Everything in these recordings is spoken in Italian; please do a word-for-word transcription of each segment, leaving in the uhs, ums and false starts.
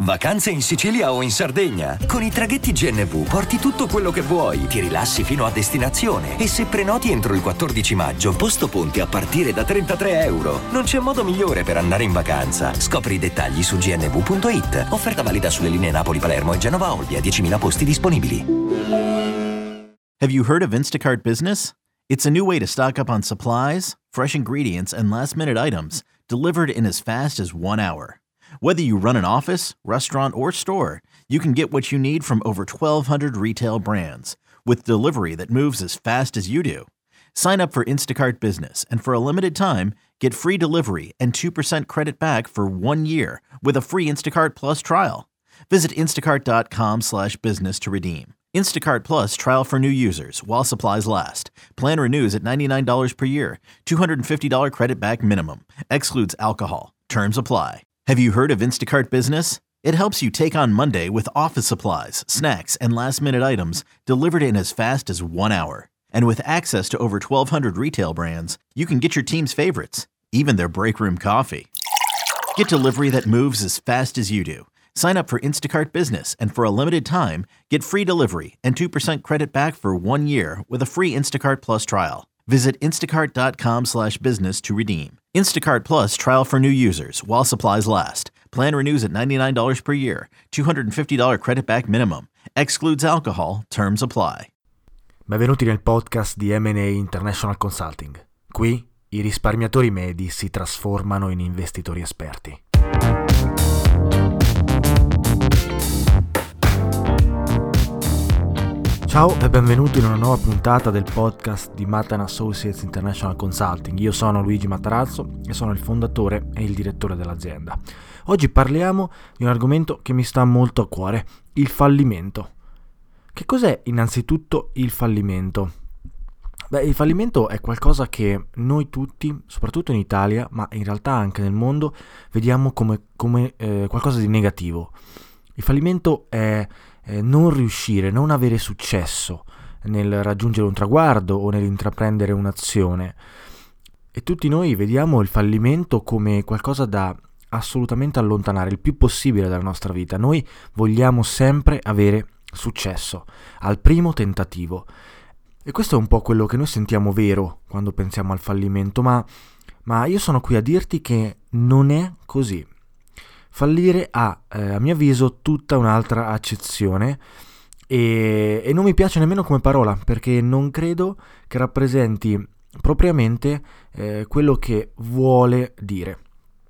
Vacanze in Sicilia o in Sardegna? Con i traghetti G N V porti tutto quello che vuoi, ti rilassi fino a destinazione e se prenoti entro il quattordici maggio, posto ponti a partire da trentatré euro. Non c'è modo migliore per andare in vacanza. Scopri i dettagli su g n v punto i t. Offerta valida sulle linee Napoli-Palermo e Genova-Olbia, diecimila posti disponibili. Have you heard of Instacart Business? It's a new way to stock up on supplies, fresh ingredients, and last-minute items delivered in as fast as one hour. Whether you run an office, restaurant, or store, you can get what you need from over twelve hundred retail brands with delivery that moves as fast as you do. Sign up for Instacart Business and for a limited time, get free delivery and two percent credit back for one year with a free Instacart Plus trial. Visit instacart.com slash business to redeem. Instacart Plus trial for new users while supplies last. Plan renews at ninety-nine dollars per year. two hundred fifty dollars credit back minimum. Excludes alcohol. Terms apply. Have you heard of Instacart Business? It helps you take on Monday with office supplies, snacks, and last-minute items delivered in as fast as one hour. And with access to over twelve hundred retail brands, you can get your team's favorites, even their break room coffee. Get delivery that moves as fast as you do. Sign up for Instacart Business and for a limited time, get free delivery and two percent credit back for one year with a free Instacart Plus trial. Visit instacart.com slash business to redeem. Instacart Plus trial for new users while supplies last. Plan renews at ninety-nine dollars per year. two hundred fifty dollars credit back minimum. Excludes alcohol. Terms apply. Benvenuti nel podcast di M and A International Consulting. Qui i risparmiatori medi si trasformano in investitori esperti. Ciao e benvenuti in una nuova puntata del podcast di Matta and Associates International Consulting. Io sono Luigi Matarazzo e sono il fondatore e il direttore dell'azienda. Oggi parliamo di un argomento che mi sta molto a cuore, il fallimento. Che cos'è innanzitutto il fallimento? Beh, il fallimento è qualcosa che noi tutti, soprattutto in Italia, ma in realtà anche nel mondo, vediamo come, come eh, qualcosa di negativo. Il fallimento è eh, non riuscire, non avere successo nel raggiungere un traguardo o nell'intraprendere un'azione. E tutti noi vediamo il fallimento come qualcosa da assolutamente allontanare il più possibile dalla nostra vita. Noi vogliamo sempre avere successo al primo tentativo. E questo è un po' quello che noi sentiamo vero quando pensiamo al fallimento, ma, ma io sono qui a dirti che non è così. Fallire ha, eh, a mio avviso, tutta un'altra accezione e, e non mi piace nemmeno come parola, perché non credo che rappresenti propriamente eh, quello che vuole dire.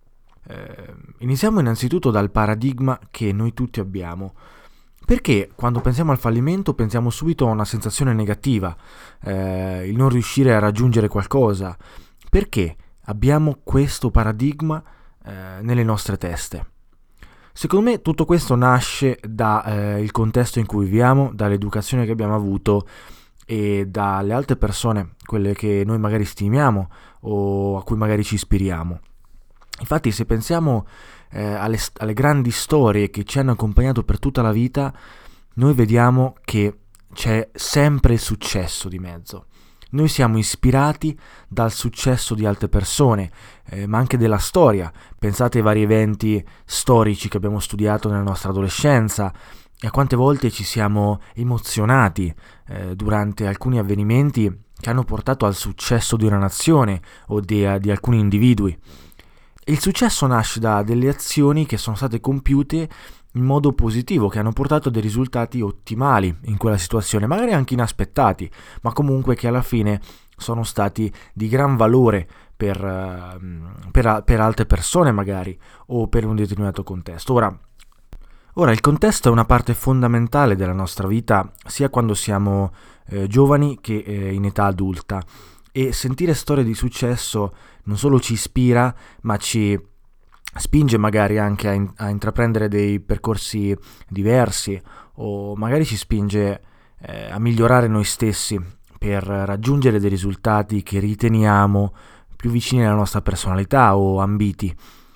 Eh, iniziamo innanzitutto dal paradigma che noi tutti abbiamo. Perché quando pensiamo al fallimento pensiamo subito a una sensazione negativa, eh, il non riuscire a raggiungere qualcosa? Perché abbiamo questo paradigma eh, nelle nostre teste? Secondo me tutto questo nasce dal eh, contesto in cui viviamo, dall'educazione che abbiamo avuto e dalle altre persone, quelle che noi magari stimiamo o a cui magari ci ispiriamo. Infatti, se pensiamo eh, alle, alle grandi storie che ci hanno accompagnato per tutta la vita, noi vediamo che c'è sempre il successo di mezzo. Noi siamo ispirati dal successo di altre persone, eh, ma anche della storia. Pensate ai vari eventi storici che abbiamo studiato nella nostra adolescenza e a quante volte ci siamo emozionati eh, durante alcuni avvenimenti che hanno portato al successo di una nazione o di, di alcuni individui. Il successo nasce da delle azioni che sono state compiute in modo positivo, che hanno portato dei risultati ottimali in quella situazione, magari anche inaspettati, ma comunque che alla fine sono stati di gran valore per, uh, per, per altre persone magari, o per un determinato contesto. Ora, ora il contesto è una parte fondamentale della nostra vita, sia quando siamo eh, giovani che eh, in età adulta. E sentire storie di successo non solo ci ispira, ma ci spinge magari anche a, in- a intraprendere dei percorsi diversi, o magari ci spinge eh, a migliorare noi stessi per raggiungere dei risultati che riteniamo più vicini alla nostra personalità o ambiti.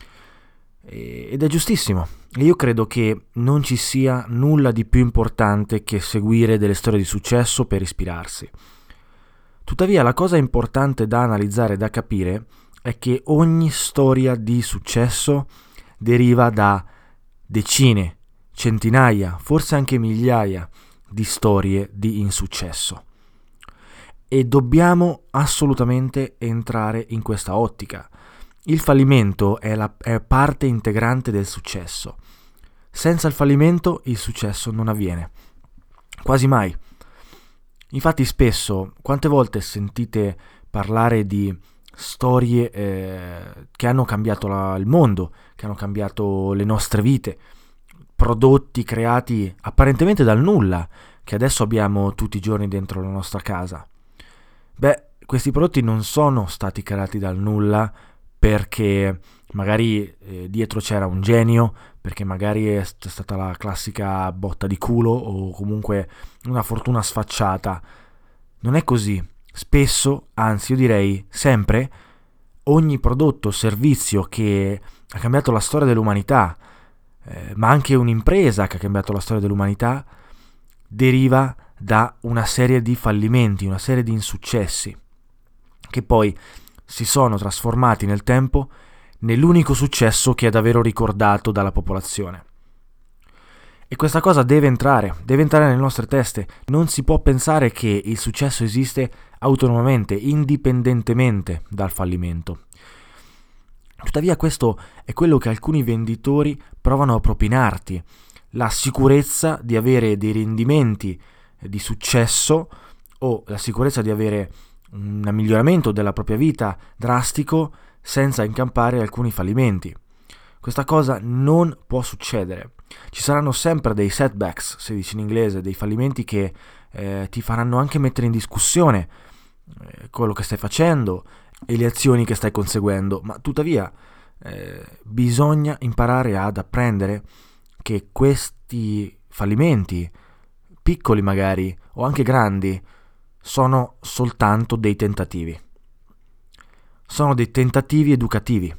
E- ed è giustissimo. E io credo che non ci sia nulla di più importante che seguire delle storie di successo per ispirarsi. Tuttavia, la cosa importante da analizzare e da capire è che ogni storia di successo deriva da decine, centinaia, forse anche migliaia di storie di insuccesso. E dobbiamo assolutamente entrare in questa ottica. Il fallimento è, la, è parte integrante del successo. Senza il fallimento il successo non avviene. Quasi mai. Infatti spesso, quante volte sentite parlare di storie eh, che hanno cambiato la, il mondo, che hanno cambiato le nostre vite, prodotti creati apparentemente dal nulla, che adesso abbiamo tutti i giorni dentro la nostra casa. Beh, questi prodotti non sono stati creati dal nulla perché magari eh, dietro c'era un genio, perché magari è stata la classica botta di culo o comunque una fortuna sfacciata. Non è così. Spesso, anzi io direi sempre, ogni prodotto o servizio che ha cambiato la storia dell'umanità, eh, ma anche un'impresa che ha cambiato la storia dell'umanità, deriva da una serie di fallimenti, una serie di insuccessi, che poi si sono trasformati nel tempo nell'unico successo che è davvero ricordato dalla popolazione. E questa cosa deve entrare, deve entrare nelle nostre teste. Non si può pensare che il successo esiste autonomamente, indipendentemente dal fallimento. Tuttavia questo è quello che alcuni venditori provano a propinarti, la sicurezza di avere dei rendimenti di successo o la sicurezza di avere un miglioramento della propria vita drastico senza incampare alcuni fallimenti. Questa cosa non può succedere. Ci saranno sempre dei setbacks, si dice in inglese, dei fallimenti che eh, ti faranno anche mettere in discussione eh, quello che stai facendo e le azioni che stai conseguendo, ma tuttavia eh, bisogna imparare ad apprendere che questi fallimenti, piccoli magari o anche grandi, sono soltanto dei tentativi. Sono dei tentativi educativi.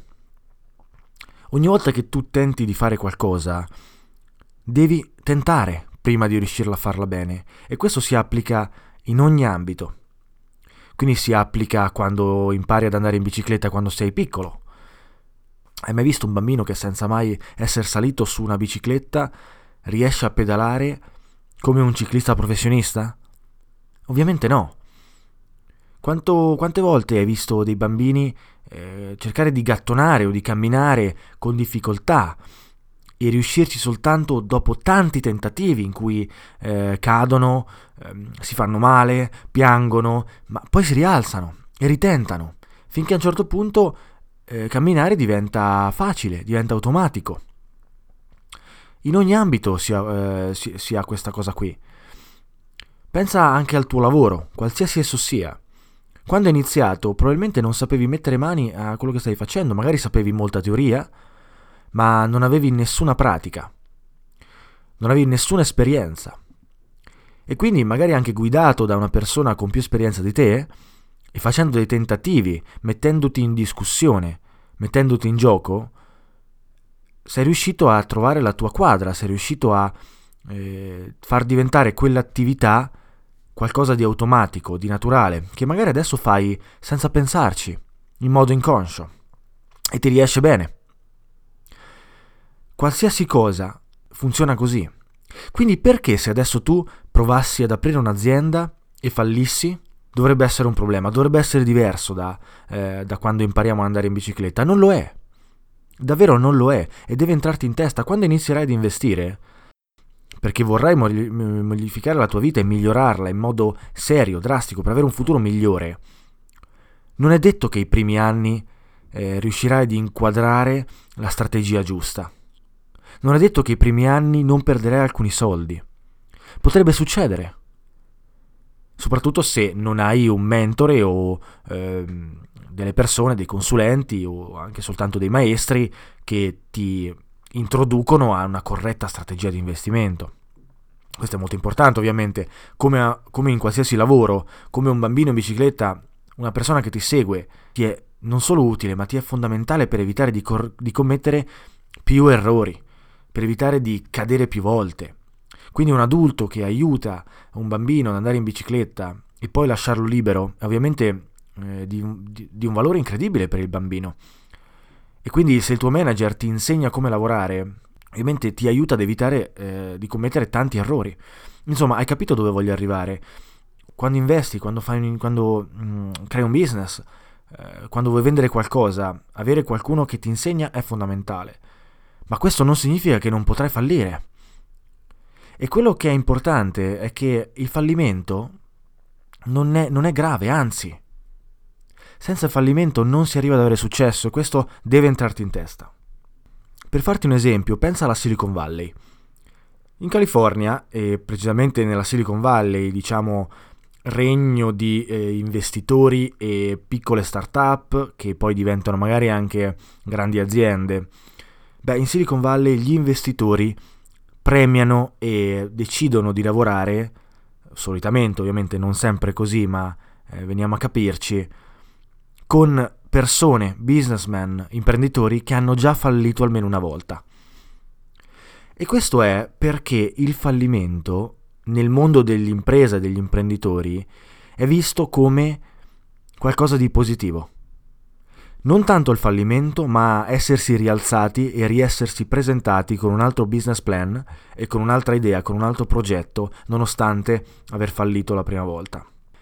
Ogni volta che tu tenti di fare qualcosa, devi tentare prima di riuscirla a farla bene, e questo si applica in ogni ambito. Quindi si applica quando impari ad andare in bicicletta quando sei piccolo. Hai mai visto un bambino che senza mai essere salito su una bicicletta riesce a pedalare come un ciclista professionista? Ovviamente no. Quanto, quante volte hai visto dei bambini eh, cercare di gattonare o di camminare con difficoltà e riuscirci soltanto dopo tanti tentativi in cui eh, cadono, eh, si fanno male, piangono, ma poi si rialzano e ritentano, finché a un certo punto eh, camminare diventa facile, diventa automatico. In ogni ambito si ha, eh, si, si ha questa cosa qui. Pensa anche al tuo lavoro, qualsiasi esso sia. Quando hai iniziato probabilmente non sapevi mettere mani a quello che stavi facendo, magari sapevi molta teoria, ma non avevi nessuna pratica, non avevi nessuna esperienza. E quindi magari anche guidato da una persona con più esperienza di te e facendo dei tentativi, mettendoti in discussione, mettendoti in gioco, sei riuscito a trovare la tua quadra, sei riuscito a eh, far diventare quell'attività qualcosa di automatico, di naturale, che magari adesso fai senza pensarci, in modo inconscio, e ti riesce bene. Qualsiasi cosa funziona così. Quindi perché se adesso tu provassi ad aprire un'azienda e fallissi, dovrebbe essere un problema, dovrebbe essere diverso da, eh, da quando impariamo ad andare in bicicletta? Non lo è. Davvero non lo è, e deve entrarti in testa. Quando inizierai ad investire, perché vorrai modificare la tua vita e migliorarla in modo serio, drastico, per avere un futuro migliore, non è detto che i primi anni eh, riuscirai ad inquadrare la strategia giusta. Non è detto che i primi anni non perderai alcuni soldi. Potrebbe succedere, soprattutto se non hai un mentore o eh, delle persone, dei consulenti o anche soltanto dei maestri che ti introducono a una corretta strategia di investimento. Questo è molto importante, ovviamente, come, a, come in qualsiasi lavoro, come un bambino in bicicletta, una persona che ti segue ti è non solo utile, ma ti è fondamentale per evitare di, cor- di commettere più errori, per evitare di cadere più volte. Quindi un adulto che aiuta un bambino ad andare in bicicletta e poi lasciarlo libero è ovviamente eh, di, di, di un valore incredibile per il bambino. E quindi se il tuo manager ti insegna come lavorare, ovviamente ti aiuta ad evitare eh, di commettere tanti errori. Insomma, hai capito dove voglio arrivare? Quando investi, quando, fai un, quando mh, crei un business, eh, quando vuoi vendere qualcosa, avere qualcuno che ti insegna è fondamentale. Ma questo non significa che non potrai fallire. E quello che è importante è che il fallimento non è, non è grave, anzi, senza fallimento non si arriva ad avere successo, e questo deve entrarti in testa. Per farti un esempio, pensa alla Silicon Valley. In California, e precisamente nella Silicon Valley, diciamo regno di eh, investitori e piccole start-up che poi diventano magari anche grandi aziende, beh, in Silicon Valley gli investitori premiano e decidono di lavorare, solitamente, ovviamente non sempre così, ma eh, veniamo a capirci, con persone, businessmen, imprenditori che hanno già fallito almeno una volta. E questo è perché il fallimento nel mondo dell'impresa e degli imprenditori è visto come qualcosa di positivo. Non tanto il fallimento, ma essersi rialzati e riessersi presentati con un altro business plan e con un'altra idea, con un altro progetto, nonostante aver fallito la prima volta.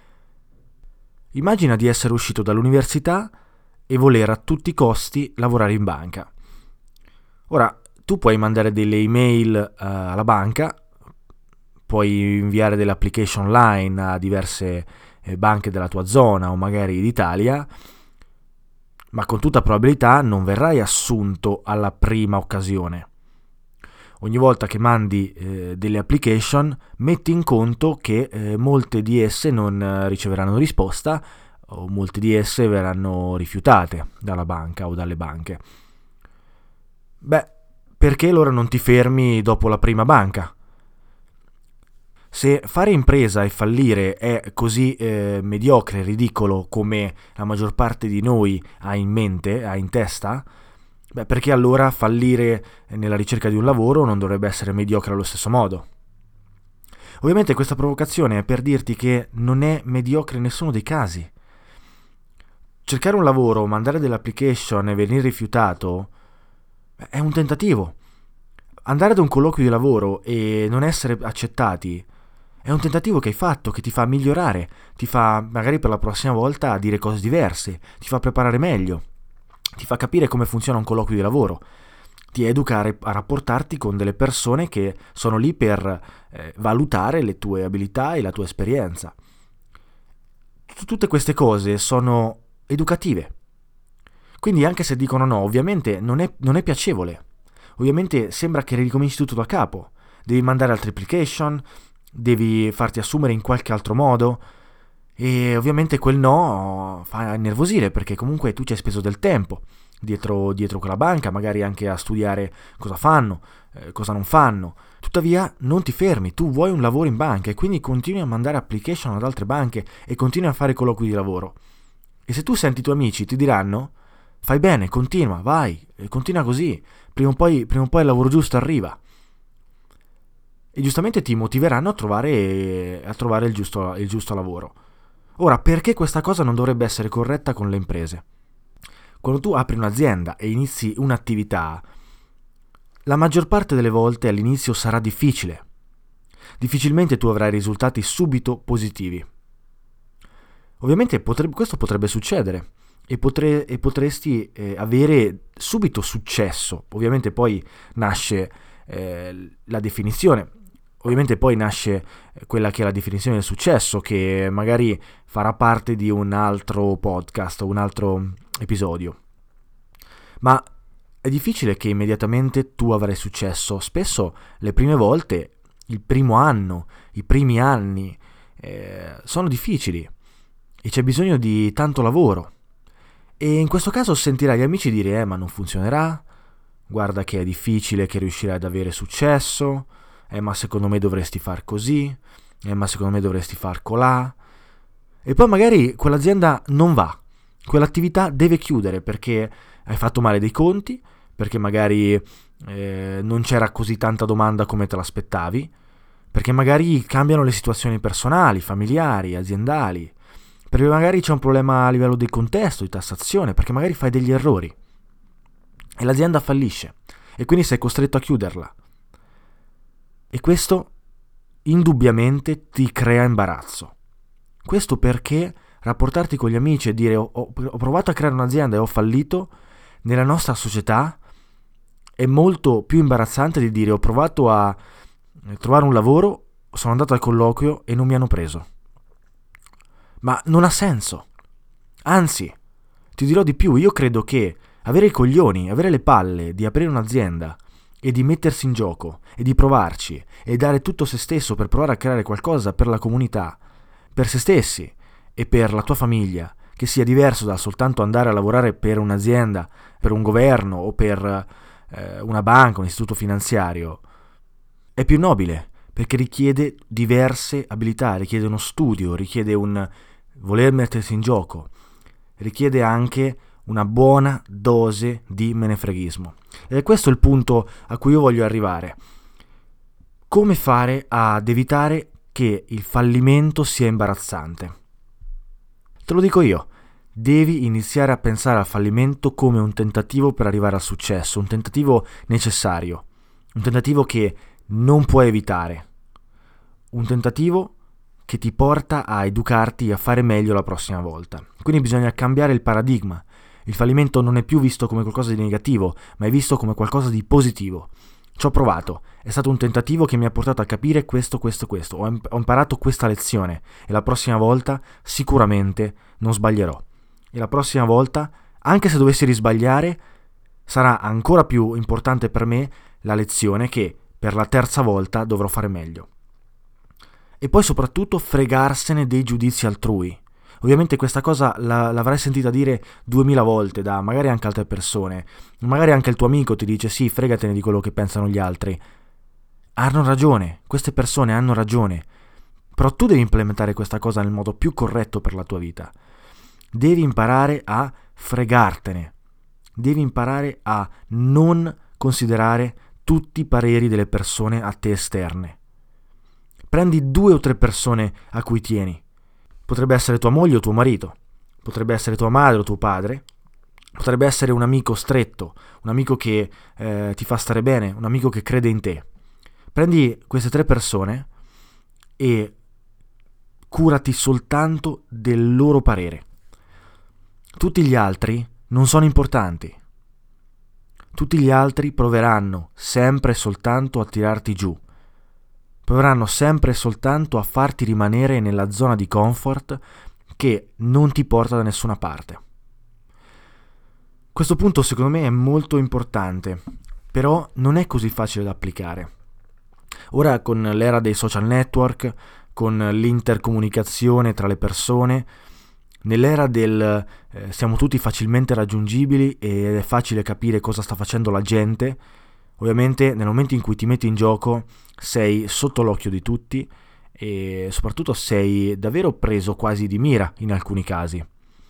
Immagina di essere uscito dall'università e voler a tutti i costi lavorare in banca. Ora, tu puoi mandare delle email uh, alla banca, puoi inviare delle application online a diverse eh, banche della tua zona o magari d'Italia, ma con tutta probabilità non verrai assunto alla prima occasione. Ogni volta che mandi eh, delle application, metti in conto che eh, molte di esse non eh, riceveranno risposta o molte di esse verranno rifiutate dalla banca o dalle banche. Beh, perché allora non ti fermi dopo la prima banca? Se fare impresa e fallire è così eh, mediocre e ridicolo come la maggior parte di noi ha in mente, ha in testa, beh, perché allora fallire nella ricerca di un lavoro non dovrebbe essere mediocre allo stesso modo? Ovviamente questa provocazione è per dirti che non è mediocre in nessuno dei casi. Cercare un lavoro, mandare delle application e venire rifiutato è un tentativo. Andare ad un colloquio di lavoro e non essere accettati è un tentativo che hai fatto, che ti fa migliorare, ti fa magari per la prossima volta dire cose diverse, ti fa preparare meglio, ti fa capire come funziona un colloquio di lavoro, ti educa a rapportarti con delle persone che sono lì per eh, valutare le tue abilità e la tua esperienza. Tutte queste cose sono educative. Quindi anche se dicono no, ovviamente non è, non è piacevole. Ovviamente sembra che ricominci tutto da capo. Devi mandare altre application, devi farti assumere in qualche altro modo e ovviamente quel no fa innervosire perché comunque tu ci hai speso del tempo dietro, dietro quella banca, magari anche a studiare cosa fanno, eh, cosa non fanno. Tuttavia non ti fermi, tu vuoi un lavoro in banca e quindi continui a mandare application ad altre banche e continui a fare colloqui di lavoro. E se tu senti i tuoi amici ti diranno fai bene, continua, vai, continua così, prima o poi, prima o poi il lavoro giusto arriva. E giustamente ti motiveranno a trovare, a trovare il giusto, il giusto lavoro. Ora, perché questa cosa non dovrebbe essere corretta con le imprese? Quando tu apri un'azienda e inizi un'attività, la maggior parte delle volte all'inizio sarà difficile. Difficilmente tu avrai risultati subito positivi. Ovviamente potrebbe, questo potrebbe succedere e, potre, e potresti eh, avere subito successo. Ovviamente poi nasce eh, la definizione. Ovviamente poi nasce quella che è la definizione del successo, che magari farà parte di un altro podcast o un altro episodio. Ma è difficile che immediatamente tu avrai successo. Spesso le prime volte, il primo anno, i primi anni eh, sono difficili e c'è bisogno di tanto lavoro. E in questo caso sentirai gli amici dire eh ma non funzionerà, guarda che è difficile che riuscirai ad avere successo, eh ma secondo me dovresti far così, eh ma secondo me dovresti far colà. E poi magari quell'azienda non va, quell'attività deve chiudere perché hai fatto male dei conti, perché magari eh, non c'era così tanta domanda come te l'aspettavi, perché magari cambiano le situazioni personali, familiari, aziendali, perché magari c'è un problema a livello del contesto, di tassazione, perché magari fai degli errori e l'azienda fallisce. e quindi sei costretto a chiuderla. E questo indubbiamente ti crea imbarazzo. Questo perché rapportarti con gli amici e dire ho, ho, ho provato a creare un'azienda e ho fallito, nella nostra società è molto più imbarazzante di dire ho provato a trovare un lavoro, sono andato al colloquio e non mi hanno preso. Ma non ha senso. Anzi, ti dirò di più, io credo che avere i coglioni, avere le palle di aprire un'azienda e di mettersi in gioco e di provarci e dare tutto se stesso per provare a creare qualcosa per la comunità, per se stessi e per la tua famiglia, che sia diverso da soltanto andare a lavorare per un'azienda, per un governo o per eh, una banca, un istituto finanziario, è più nobile perché richiede diverse abilità, richiede uno studio, richiede un voler mettersi in gioco, richiede anche una buona dose di menefreghismo. Ed è questo il punto a cui io voglio arrivare. Come fare ad evitare che il fallimento sia imbarazzante? Te lo dico io, devi iniziare a pensare al fallimento come un tentativo per arrivare al successo, un tentativo necessario, un tentativo che non puoi evitare, un tentativo che ti porta a educarti e a fare meglio la prossima volta. Quindi bisogna cambiare il paradigma. Il fallimento non è più visto come qualcosa di negativo, ma è visto come qualcosa di positivo. Ci ho provato, è stato un tentativo che mi ha portato a capire questo, questo, questo. Ho, imp- ho imparato questa lezione e la prossima volta sicuramente non sbaglierò. E la prossima volta, anche se dovessi risbagliare, sarà ancora più importante per me la lezione che per la terza volta dovrò fare meglio. E poi soprattutto fregarsene dei giudizi altrui. Ovviamente questa cosa la, l'avrai sentita dire duemila volte da magari anche altre persone. Magari anche il tuo amico ti dice sì, fregatene di quello che pensano gli altri. Hanno ragione, queste persone hanno ragione. Però tu devi implementare questa cosa nel modo più corretto per la tua vita. Devi imparare a fregartene. Devi imparare a non considerare tutti i pareri delle persone a te esterne. Prendi due o tre persone a cui tieni. Potrebbe essere tua moglie o tuo marito, potrebbe essere tua madre o tuo padre, potrebbe essere un amico stretto, un amico che eh, ti fa stare bene, un amico che crede in te. Prendi queste tre persone e curati soltanto del loro parere. Tutti gli altri non sono importanti. Tutti gli altri proveranno sempre e soltanto a tirarti giù. Proveranno sempre e soltanto a farti rimanere nella zona di comfort che non ti porta da nessuna parte. Questo punto secondo me è molto importante, però non è così facile da applicare. Ora con l'era dei social network, con l'intercomunicazione tra le persone, nell'era del eh, siamo tutti facilmente raggiungibili ed è facile capire cosa sta facendo la gente, ovviamente nel momento in cui ti metti in gioco sei sotto l'occhio di tutti e soprattutto sei davvero preso quasi di mira in alcuni casi.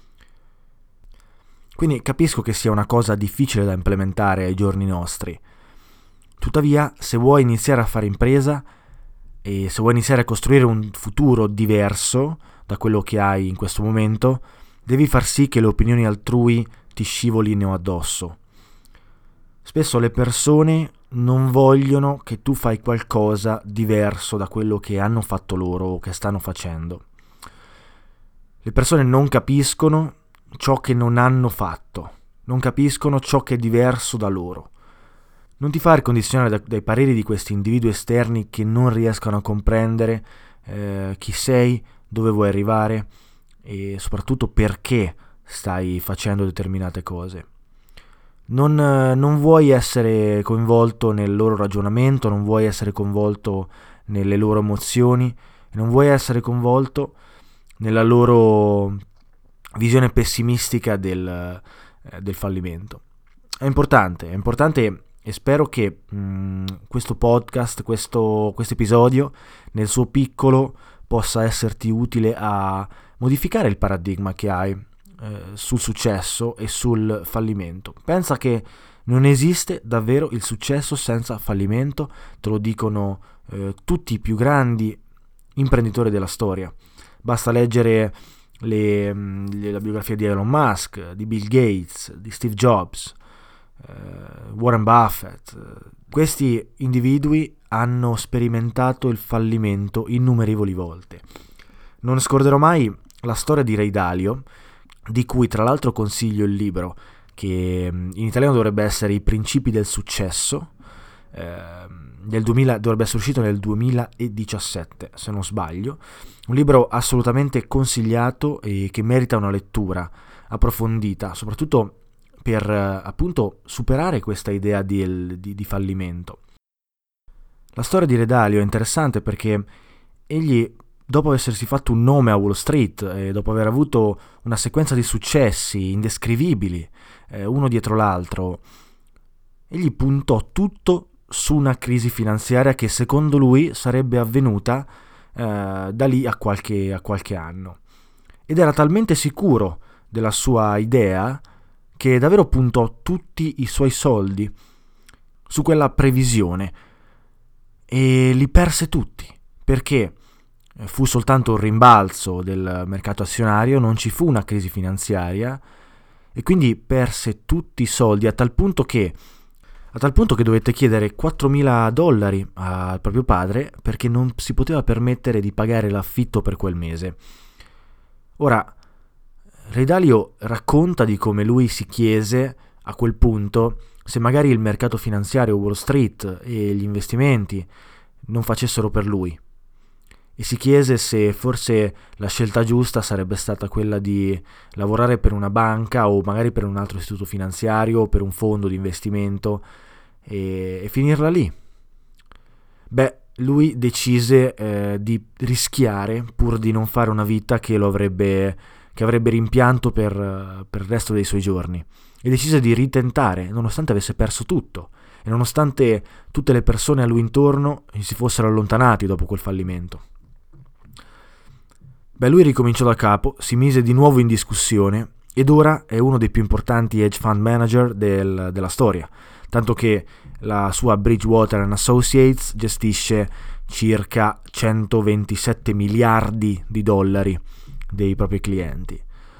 Quindi capisco che sia una cosa difficile da implementare ai giorni nostri. Tuttavia, se vuoi iniziare a fare impresa e se vuoi iniziare a costruire un futuro diverso da quello che hai in questo momento, devi far sì che le opinioni altrui ti scivolino addosso. Spesso le persone non vogliono che tu fai qualcosa diverso da quello che hanno fatto loro o che stanno facendo. Le persone non capiscono ciò che non hanno fatto, non capiscono ciò che è diverso da loro. Non ti fare condizionare da, dai pareri di questi individui esterni che non riescono a comprendere eh, chi sei, dove vuoi arrivare e soprattutto perché stai facendo determinate cose. Non, non vuoi essere coinvolto nel loro ragionamento, non vuoi essere coinvolto nelle loro emozioni, non vuoi essere coinvolto nella loro visione pessimistica del, eh, del fallimento. È importante, è importante e spero che mh, questo podcast, questo episodio, nel suo piccolo, possa esserti utile a modificare il paradigma che hai sul successo e sul fallimento. Pensa che non esiste davvero il successo senza fallimento, te lo dicono eh, tutti i più grandi imprenditori della storia. Basta leggere le, le, la biografia di Elon Musk, di Bill Gates, di Steve Jobs, eh, Warren Buffett. Questi individui hanno sperimentato il fallimento innumerevoli volte. Non scorderò mai la storia di Ray Dalio, di cui tra l'altro consiglio il libro, che in italiano dovrebbe essere I principi del successo, eh, del duemila, dovrebbe essere uscito nel duemiladiciassette, se non sbaglio. Un libro assolutamente consigliato e che merita una lettura approfondita, soprattutto per appunto superare questa idea di, di, di fallimento. La storia di Ray Dalio è interessante perché egli, dopo essersi fatto un nome a Wall Street e dopo aver avuto una sequenza di successi indescrivibili, eh, uno dietro l'altro, egli puntò tutto su una crisi finanziaria che secondo lui sarebbe avvenuta eh, da lì a qualche, a qualche anno. Ed era talmente sicuro della sua idea che davvero puntò tutti i suoi soldi su quella previsione e li perse tutti, perché fu soltanto un rimbalzo del mercato azionario, non ci fu una crisi finanziaria e quindi perse tutti i soldi a tal punto che a tal punto che dovette chiedere quattromila dollari al proprio padre perché non si poteva permettere di pagare l'affitto per quel mese. Ora, Ray Dalio racconta di come lui si chiese a quel punto se magari il mercato finanziario, Wall Street e gli investimenti non facessero per lui. E si chiese se forse la scelta giusta sarebbe stata quella di lavorare per una banca o magari per un altro istituto finanziario o per un fondo di investimento e, e finirla lì. Beh, lui decise eh, di rischiare pur di non fare una vita che lo avrebbe, che avrebbe rimpianto per, per il resto dei suoi giorni, e decise di ritentare nonostante avesse perso tutto e nonostante tutte le persone a lui intorno si fossero allontanati dopo quel fallimento. Beh, lui ricominciò da capo, si mise di nuovo in discussione ed ora è uno dei più importanti hedge fund manager del, della storia, tanto che la sua Bridgewater and Associates gestisce circa centoventisette miliardi di dollari dei propri clienti.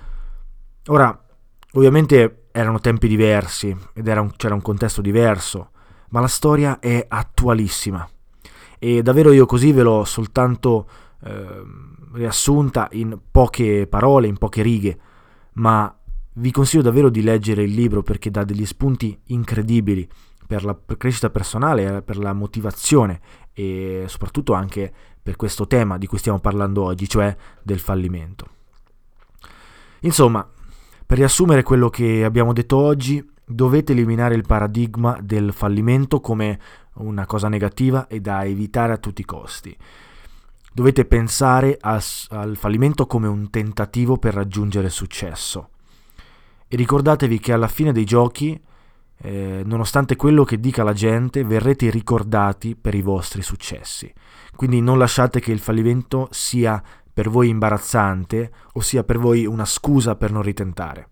Ora, ovviamente erano tempi diversi ed era un, c'era un contesto diverso, ma la storia è attualissima e davvero io così ve l'ho soltanto eh, riassunta in poche parole, in poche righe, ma vi consiglio davvero di leggere il libro perché dà degli spunti incredibili per la crescita personale, per la motivazione e soprattutto anche per questo tema di cui stiamo parlando oggi, cioè del fallimento. Insomma, per riassumere quello che abbiamo detto oggi, dovete eliminare il paradigma del fallimento come una cosa negativa e da evitare a tutti i costi. Dovete pensare al, al fallimento come un tentativo per raggiungere il successo. E ricordatevi che alla fine dei giochi, eh, nonostante quello che dica la gente, verrete ricordati per i vostri successi. Quindi non lasciate che il fallimento sia per voi imbarazzante o sia per voi una scusa per non ritentare.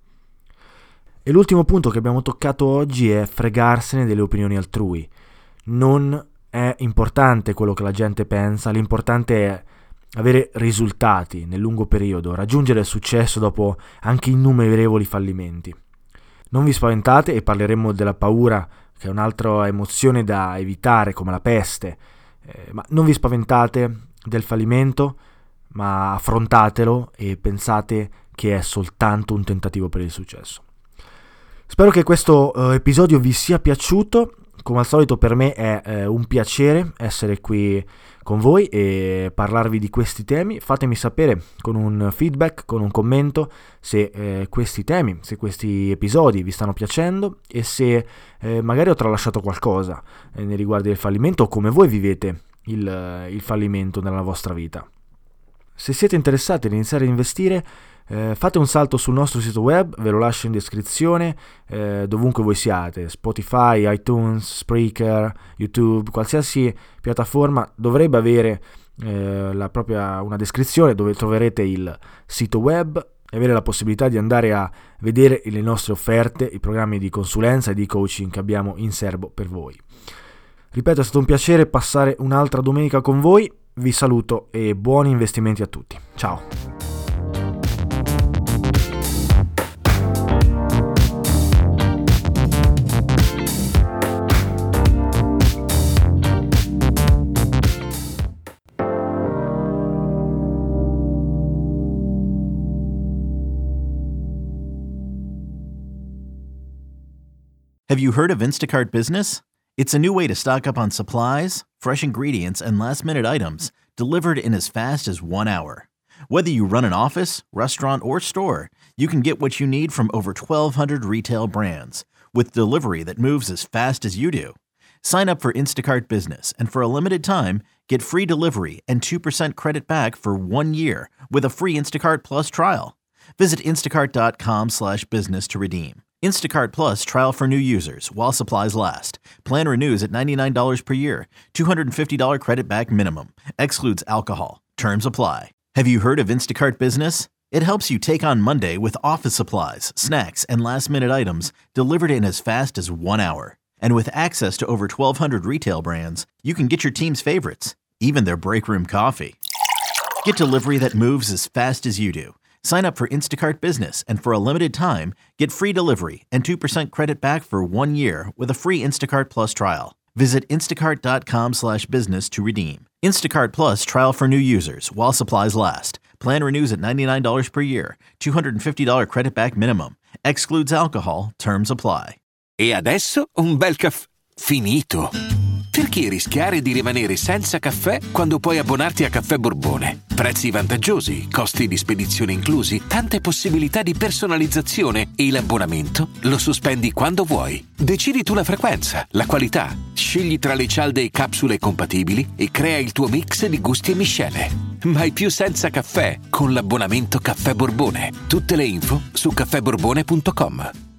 E l'ultimo punto che abbiamo toccato oggi è fregarsene delle opinioni altrui. Non è importante quello che la gente pensa, l'importante è avere risultati nel lungo periodo, raggiungere il successo dopo anche innumerevoli fallimenti. Non vi spaventate, e parleremo della paura, che è un'altra emozione da evitare come la peste, eh, ma non vi spaventate del fallimento, ma affrontatelo e pensate che è soltanto un tentativo per il successo. Spero che questo uh, episodio vi sia piaciuto. Come al solito per me è eh, un piacere essere qui con voi e parlarvi di questi temi. Fatemi sapere con un feedback, con un commento, se eh, questi temi, se questi episodi vi stanno piacendo e se eh, magari ho tralasciato qualcosa eh, nei riguardi del fallimento o come voi vivete il, il fallimento nella vostra vita. Se siete interessati ad iniziare a investire, Eh, fate un salto sul nostro sito web, ve lo lascio in descrizione, eh, dovunque voi siate, Spotify, iTunes, Spreaker, YouTube, qualsiasi piattaforma dovrebbe avere eh, la propria, una descrizione dove troverete il sito web e avere la possibilità di andare a vedere le nostre offerte, i programmi di consulenza e di coaching che abbiamo in serbo per voi. Ripeto, è stato un piacere passare un'altra domenica con voi, vi saluto e buoni investimenti a tutti. Ciao! Have you heard of Instacart Business? It's a new way to stock up on supplies, fresh ingredients, and last-minute items delivered in as fast as one hour. Whether you run an office, restaurant, or store, you can get what you need from over twelve hundred retail brands with delivery that moves as fast as you do. Sign up for Instacart Business, and for a limited time, get free delivery and two percent credit back for one year with a free Instacart Plus trial. Visit instacart.com slash business to redeem. Instacart Plus trial for new users while supplies last. Plan renews at ninety-nine dollars per year. two hundred fifty dollars credit back minimum. Excludes alcohol. Terms apply. Have you heard of Instacart Business? It helps you take on Monday with office supplies, snacks, and last-minute items delivered in as fast as one hour. And with access to over twelve hundred retail brands, you can get your team's favorites, even their break room coffee. Get delivery that moves as fast as you do. Sign up for Instacart Business, and for a limited time, get free delivery and two percent credit back for one year with a free Instacart Plus trial. Visit instacart.com slash business to redeem. Instacart Plus trial for new users while supplies last. Plan renews at ninety-nine dollars per year. two hundred fifty dollars credit back minimum. Excludes alcohol. Terms apply. E adesso un bel caffè finito. Perché rischiare di rimanere senza caffè quando puoi abbonarti a Caffè Borbone? Prezzi vantaggiosi, costi di spedizione inclusi, tante possibilità di personalizzazione e l'abbonamento lo sospendi quando vuoi. Decidi tu la frequenza, la qualità, scegli tra le cialde e capsule compatibili e crea il tuo mix di gusti e miscele. Mai più senza caffè con l'abbonamento Caffè Borbone. Tutte le info su caffè borbone punto com.